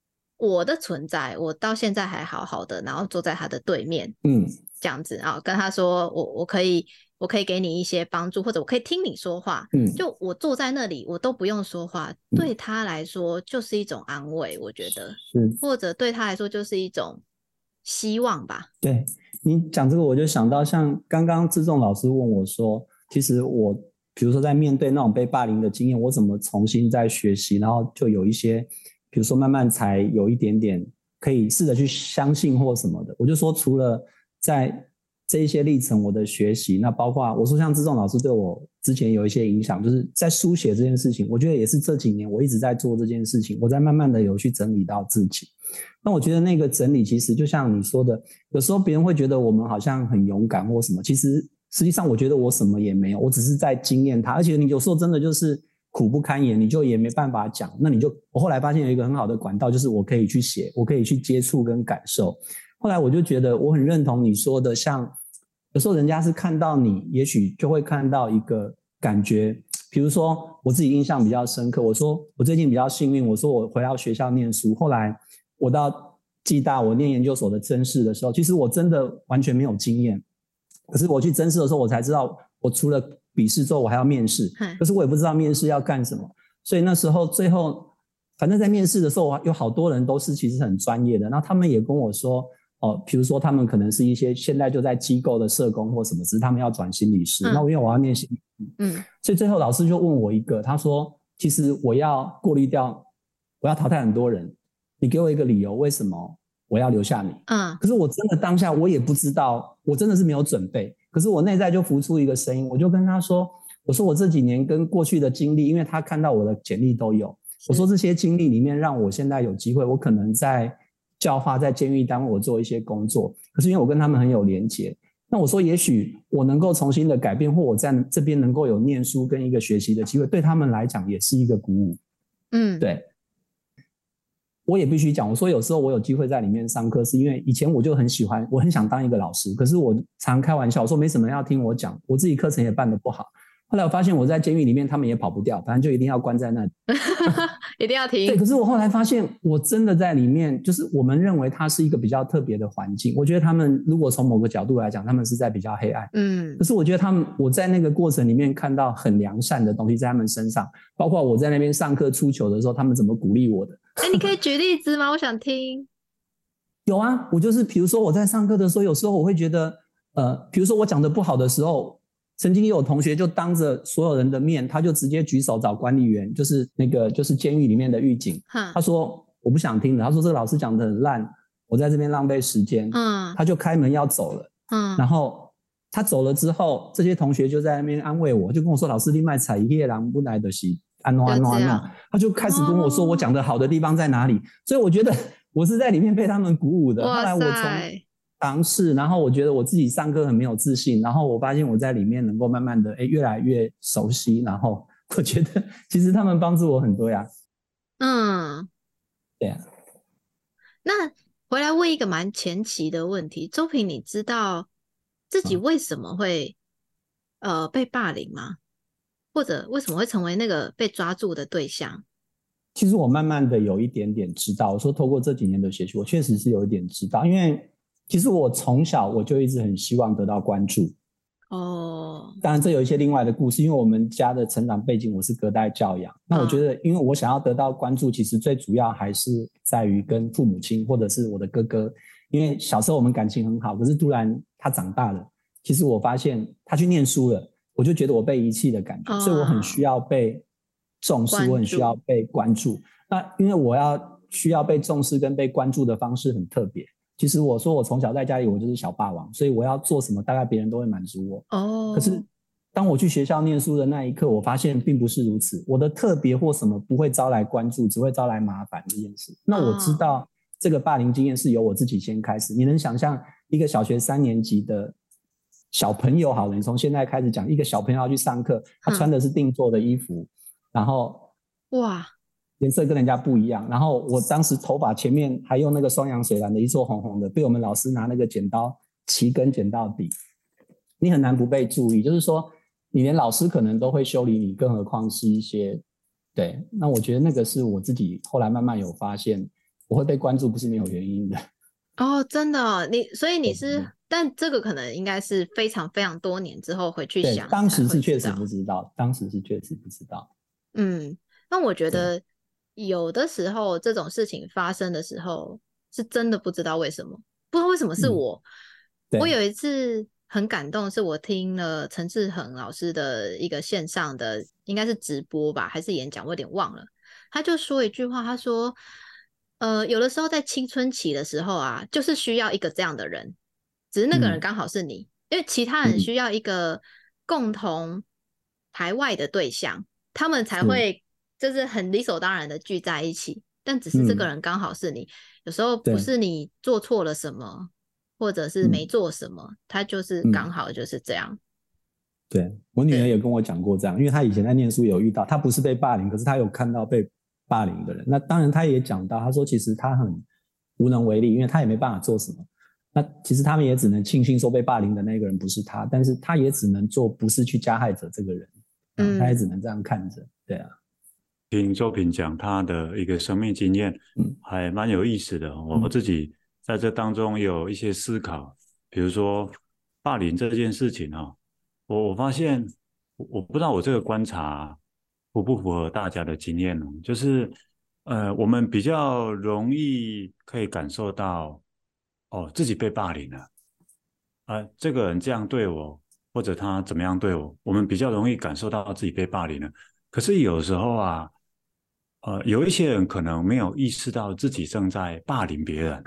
我的存在，我到现在还好好的，然后坐在他的对面，这样子啊，跟他说我可以给你一些帮助，或者我可以听你说话，就我坐在那里，我都不用说话，对他来说就是一种安慰，我觉得，或者对他来说就是一种希望吧。 对，你讲这个，我就想到像刚刚志仲老师问我说，其实我比如说在面对那种被霸凌的经验，我怎么重新再学习，然后就有一些，比如说慢慢才有一点点可以试着去相信或什么的。我就说，除了在这一些历程我的学习，那包括我说像志仲老师对我之前有一些影响，就是在书写这件事情，我觉得也是这几年我一直在做这件事情，我在慢慢的有去整理到自己。那我觉得那个整理其实就像你说的，有时候别人会觉得我们好像很勇敢或什么，其实实际上我觉得我什么也没有，我只是在经验它，而且你有时候真的就是苦不堪言，你就也没办法讲，那我后来发现有一个很好的管道，就是我可以去写，我可以去接触跟感受。后来我就觉得我很认同你说的，像有时候人家是看到你，也许就会看到一个感觉，比如说我自己印象比较深刻，我说我最近比较幸运，我说我回到学校念书，后来我到暨大我念研究所的甄试的时候，其实我真的完全没有经验，可是我去甄试的时候我才知道，我除了笔试之后我还要面试，可是我也不知道面试要干什么，所以那时候最后反正在面试的时候有好多人都是其实很专业的，然后他们也跟我说比如说他们可能是一些现在就在机构的社工或什么，只是他们要转心理师，那因为我要念心理师，所以最后老师就问我一个，他说其实我要过滤掉，我要淘汰很多人，你给我一个理由为什么我要留下你。可是我真的当下我也不知道，我真的是没有准备，可是我内在就浮出一个声音，我就跟他说，我说我这几年跟过去的经历，因为他看到我的简历都有，我说这些经历里面让我现在有机会，我可能在教化在监狱单位我做一些工作，可是因为我跟他们很有连结，那我说也许我能够重新的改变，或我在这边能够有念书跟一个学习的机会，对他们来讲也是一个鼓舞。对，我也必须讲，我说有时候我有机会在里面上课，是因为以前我就很喜欢，我很想当一个老师，可是我常开玩笑，我说没什么人要听我讲，我自己课程也办得不好。后来我发现我在监狱里面他们也跑不掉，反正就一定要关在那里一定要听。 对，可是我后来发现我真的在里面，就是我们认为它是一个比较特别的环境，我觉得他们如果从某个角度来讲，他们是在比较黑暗，可是我觉得我在那个过程里面看到很良善的东西在他们身上，包括我在那边上课出糗的时候他们怎么鼓励我的。 你可以举例子吗？我想听。 有啊，我就是比如说我在上课的时候，有时候我会觉得比如说我讲的不好的时候，曾经有同学就当着所有人的面，他就直接举手找管理员，就是那个就是监狱里面的狱警，他说我不想听了，他说这个老师讲的很烂，我在这边浪费时间，他就开门要走了，然后他走了之后，这些同学就在那边安慰我，就跟我说老师你卖彩叶郎不来的西安诺安诺安诺，他就开始跟我说我讲的好的地方在哪里，所以我觉得我是在里面被他们鼓舞的。后来我从尝试，然后我觉得我自己上课很没有自信，然后我发现我在里面能够慢慢的越来越熟悉，然后我觉得其实他们帮助我很多呀。对啊。 那回来问一个蛮前期的问题，周平你知道自己为什么会被霸凌吗？或者为什么会成为那个被抓住的对象？ 其实我慢慢的有一点点知道，我说透过这几年的学习，我确实是有一点知道，因为其实我从小我就一直很希望得到关注。当然这有一些另外的故事，因为我们家的成长背景我是隔代教养，那我觉得因为我想要得到关注，其实最主要还是在于跟父母亲或者是我的哥哥，因为小时候我们感情很好，可是突然他长大了，其实我发现他去念书了，我就觉得我被遗弃的感觉，所以我很需要被重视，我很需要被关注。那因为我需要被重视跟被关注的方式很特别，其实我说我从小在家里我就是小霸王，所以我要做什么大概别人都会满足我。可是当我去学校念书的那一刻，我发现并不是如此，我的特别或什么不会招来关注，只会招来麻烦这件事。那我知道这个霸凌经验是由我自己先开始。你能想象一个小学3年级的小朋友好了，你从现在开始讲，一个小朋友要去上课，他穿的是定做的衣服，然后颜色跟人家不一样，然后我当时头发前面还用那个双氧水蓝的，一撮红红的，被我们老师拿那个剪刀齐根剪到底，你很难不被注意，就是说你连老师可能都会修理你，更何况是一些对。那我觉得那个是我自己后来慢慢有发现， 我会被关注不是没有原因的。 哦，真的哦，所以你是，但这个可能应该是非常非常多年之后回去对， 想， 当时是确实不知道，当时是确实不知道。 那我觉得有的时候这种事情发生的时候，是真的不知道为什么，不知道为什么是我。我有一次很感动，是我听了陈志恒老师的一个线上的，应该是直播吧，还是演讲，我有点忘了。他就说一句话，他说，有的时候在青春期的时候啊，就是需要一个这样的人，只是那个人刚好是你，因为其他人需要一个共同排外的对象，他们才会就是很理所当然的聚在一起。但只是这个人刚好是你，有时候不是你做错了什么，或者是没做什么，他就是刚好就是这样。 对，我女儿也跟我讲过这样，因为她以前在念书有遇到，她不是被霸凌，可是她有看到被霸凌的人。那当然她也讲到，她说其实她很无能为力，因为她也没办法做什么。那其实他们也只能庆幸说被霸凌的那个人不是她，但是她也只能做不是去加害者这个人，她也只能这样看着。对啊， 听周平讲他的一个生命经验，还蛮有意思的。我自己在这当中有一些思考，比如说霸凌这件事情啊，我发现我不知道我这个观察符不符合大家的经验呢？就是我们比较容易可以感受到自己被霸凌了，这个人这样对我，或者他怎么样对我，我们比较容易感受到自己被霸凌了。可是有时候啊，有一些人可能没有意识到自己正在霸凌别人，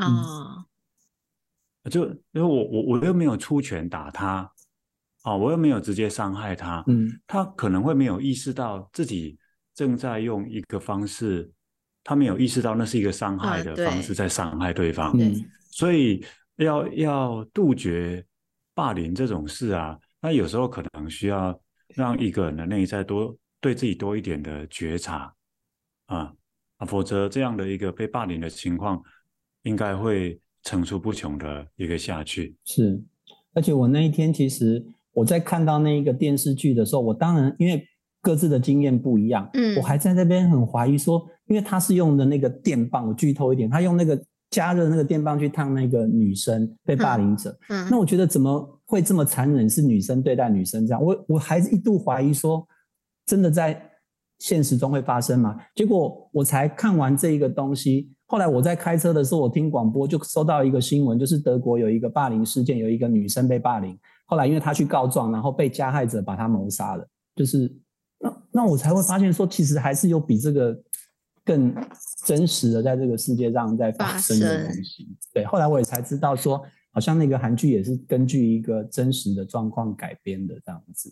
就因为我又没有出拳打他，我又没有直接伤害他，他可能会没有意识到自己正在用一个方式，他没有意识到那是一个伤害的方式在伤害对方，所以要杜绝霸凌这种事啊，那有时候可能需要让一个人的内在对自己多一点的觉察否则这样的一个被霸凌的情况应该会层出不穷的一个下去。 是，而且我那一天其实我在看到那一个电视剧的时候，我当然因为各自的经验不一样，我还在那边很怀疑说，因为他是用的那个电棒，我剧透一点，他用那个加热那个电棒去烫那个女生被霸凌者，那我觉得怎么会这么残忍，是女生对待女生这样，我还一度怀疑说，真的在现实中会发生吗？结果我才看完这一个东西，后来我在开车的时候，我听广播就收到一个新闻，就是德国有一个霸凌事件，有一个女生被霸凌，后来因为她去告状，然后被加害者把她谋杀了，就是那我才会发现说，其实还是有比这个更真实的在这个世界上在发生的东西。对，后来我也才知道说，好像那个韩剧也是根据一个真实的状况改编的这样子。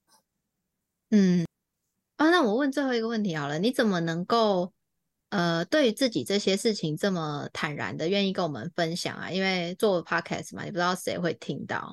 那我问最后一个问题好了，你怎么能够对于自己这些事情这么坦然的愿意跟我们分享啊？因为做 podcast 嘛，你不知道谁会听到。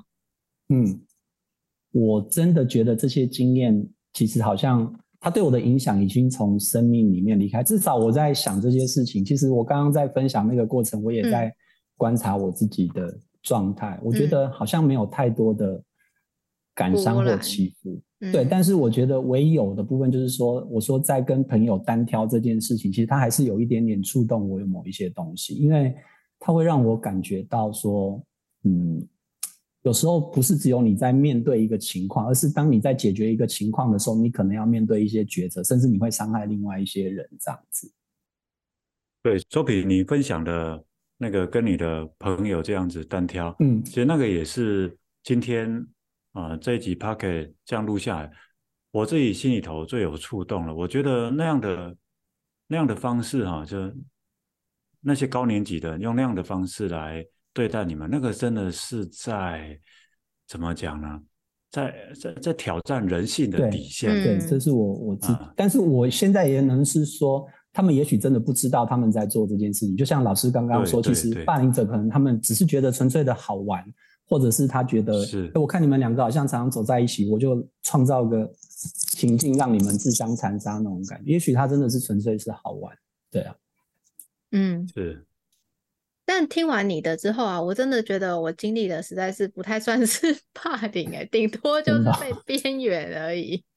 我真的觉得这些经验其实好像它对我的影响已经从生命里面离开，至少我在想这些事情，其实我刚刚在分享那个过程，我也在观察我自己的状态，我觉得好像没有太多的感伤或起伏。对，但是我觉得唯有的部分就是说，我说在跟朋友单挑这件事情，其实它还是有一点点触动我有某一些东西，因为它会让我感觉到说，有时候不是只有你在面对一个情况，而是当你在解决一个情况的时候，你可能要面对一些抉择，甚至你会伤害另外一些人这样子。 对，周平，你分享的那个跟你的朋友这样子单挑，其实那个也是今天这一集 Podcast 这样录下来，我自己心里头最有触动了。我觉得那样的方式就那些高年级的用那样的方式来对待你们，那个真的是在怎么讲呢？在挑战人性的底线。 对，这是我知道，但是我现在也能是说，他们也许真的不知道他们在做这件事情。就像老师刚刚说，其实霸凌者可能他们只是觉得纯粹的好玩。或者是他觉得我看你们两个好像常常走在一起，我就创造个情境让你们自相残杀那种感觉，也许他真的是纯粹是好玩。对啊， 是。 但听完你的之后啊，我真的觉得我经历的实在是不太算是霸凌顶多就是被边缘而已。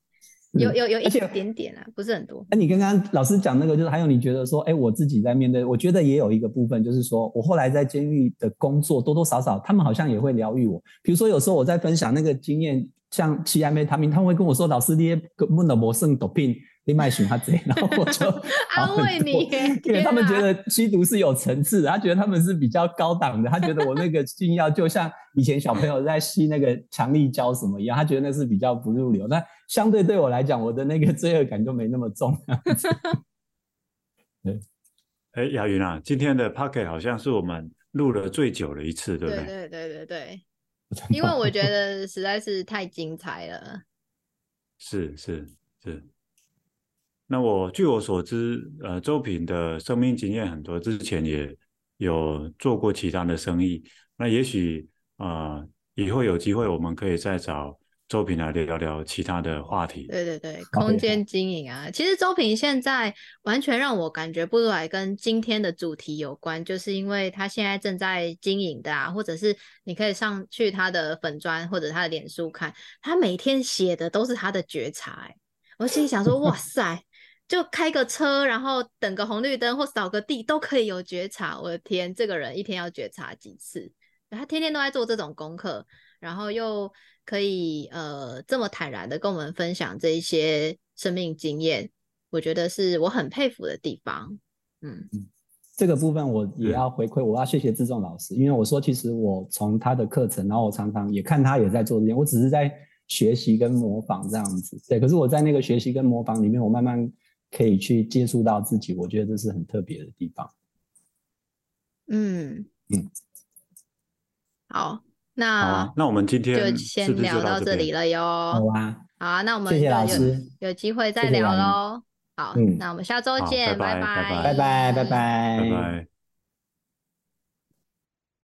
有一点点啊，不是很多。 你刚刚老师讲那个，就是还有你觉得说，我自己在面对，我觉得也有一个部分，就是说我后来在监狱的工作，多多少少他们好像也会疗愈我。比如说有时候我在分享那个经验，像吸安非他命，他们会跟我说，老师你根本都没剩毒品，你卖想他这，然后我就安慰你， 因为他们觉得吸毒是有层次的，他觉得他们是比较高档的，他觉得我那个禁药就像以前小朋友在吸那个强力胶什么一样，他觉得那是比较不入流。那相对对我来讲，我的那个罪恶感就没那么重。 对，雅云啊，今天的 Podcast 好像是我们录了最久的一次，对不对？ 对，因为我觉得实在是太精彩了。是。 那据我所知，周平的生命经验很多，之前也有做过其他的生意。那也许以后有机会，我们可以再找周平来聊聊其他的话题。 对，空间经营啊，其实周平现在完全让我感觉不出来跟今天的主题有关，就是因为他现在正在经营的啊，或者是你可以上去他的粉专或者他的脸书看，他每天写的都是他的觉察。我心里想说，哇塞，就开个车，然后等个红绿灯或扫个地都可以有觉察，我的天，这个人一天要觉察几次？他天天都在做这种功课，然后又可以这么坦然的跟我们分享这一些生命经验，我觉得是我很佩服的地方。 这个部分我也要回馈，我要谢谢志仲老师，因为我说其实我从他的课程，然后我常常也看他也在做这件，我只是在学习跟模仿这样子。对，可是我在那个学习跟模仿里面，我慢慢可以去接触到自己，我觉得这是很特别的地方。 好，那我们今天就先聊到这里了哟。 好啊，那我们谢谢老师， 有机会再聊咯。好，那我们下周见，拜拜拜。